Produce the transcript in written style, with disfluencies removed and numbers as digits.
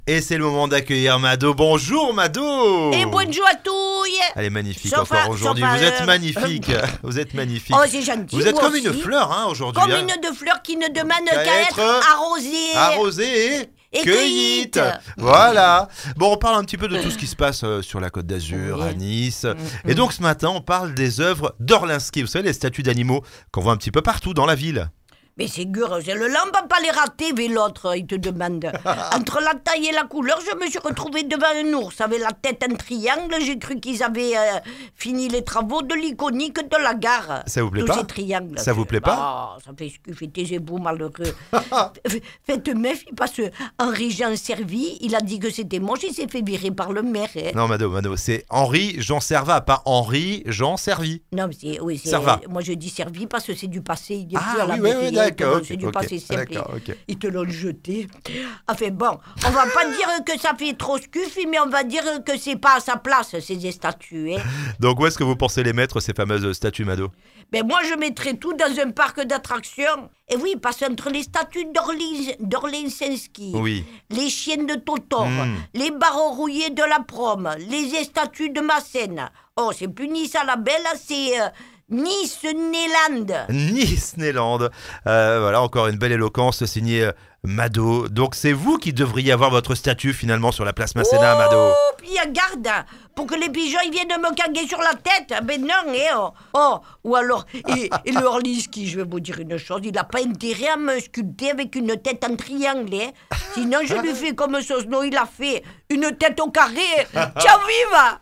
Et c'est le moment d'accueillir Mado. Bonjour Mado. Et bonjour à tous. Elle est magnifique Sauf encore à- aujourd'hui. sauf à- Vous êtes magnifique. Vous êtes magnifique. Oh, c'est gentil. Vous êtes moi comme une aussi. fleur aujourd'hui. Comme hein. une de fleurs qui ne demande Qu'à qu'à être être arrosée. Arrosée Et cueillite. cueillite. Voilà. Bon, on parle un petit peu de tout ce qui se passe sur la Côte d'Azur, Oui. à Nice. Et donc ce matin, on parle des œuvres d'Orlinski. Vous savez, les statues d'animaux qu'on voit un petit peu partout dans la ville. Mais c'est gur, c'est le lampe à pas les rater, mais l'autre, il te demande. Entre la taille et la couleur, je me suis retrouvée devant un ours avec la tête en triangle. J'ai cru qu'ils avaient fini les travaux de l'iconique de la gare. Ça vous plaît Tous pas ces triangles. Ça vous plaît pas Ça fait scuffer taisez-vous, malheureux. Faites méfier parce que Henri-Jean Servi, il a dit que c'était moche, il s'est fait virer par le maire. Hein. Non, Mado, c'est Henri Jean Servat, pas Henri Jean Servi. Non, mais oui, Servat. moi je dis Servi parce que c'est du passé. Il est Ah plus à la oui, mairie, oui, hein, d'accord, c'est ok, du ok, passé simple. d'accord, ok. Ils te l'ont jeté. Enfin bon, on va pas dire que ça fait trop scuffi, mais on va dire que c'est pas à sa place, ces statues. Hein. Donc où est-ce que vous pensez les mettre, ces fameuses statues, Mado? Ben moi je mettrais tout dans un parc d'attractions. Et oui, parce qu'entre les statues d'Orlinski, Oui. les chiennes de Totor, les barreaux rouillés de la prom, les statues de Massène. Oh, c'est plus Nice à la belle, c'est Nice-Néland. Nice-Néland. Voilà, encore une belle éloquence signée Mado. Donc c'est vous qui devriez avoir votre statue finalement sur la place Masséna, Mado. Oh, puis garde, pour que les pigeons ils viennent me caguer sur la tête. Ben non, ou alors, et le Orlinski, je vais vous dire une chose, il n'a pas intérêt à me sculpter avec une tête en triangle. Hein. Sinon, je lui fais comme Sosno, il a fait une tête au carré. Ciao, viva!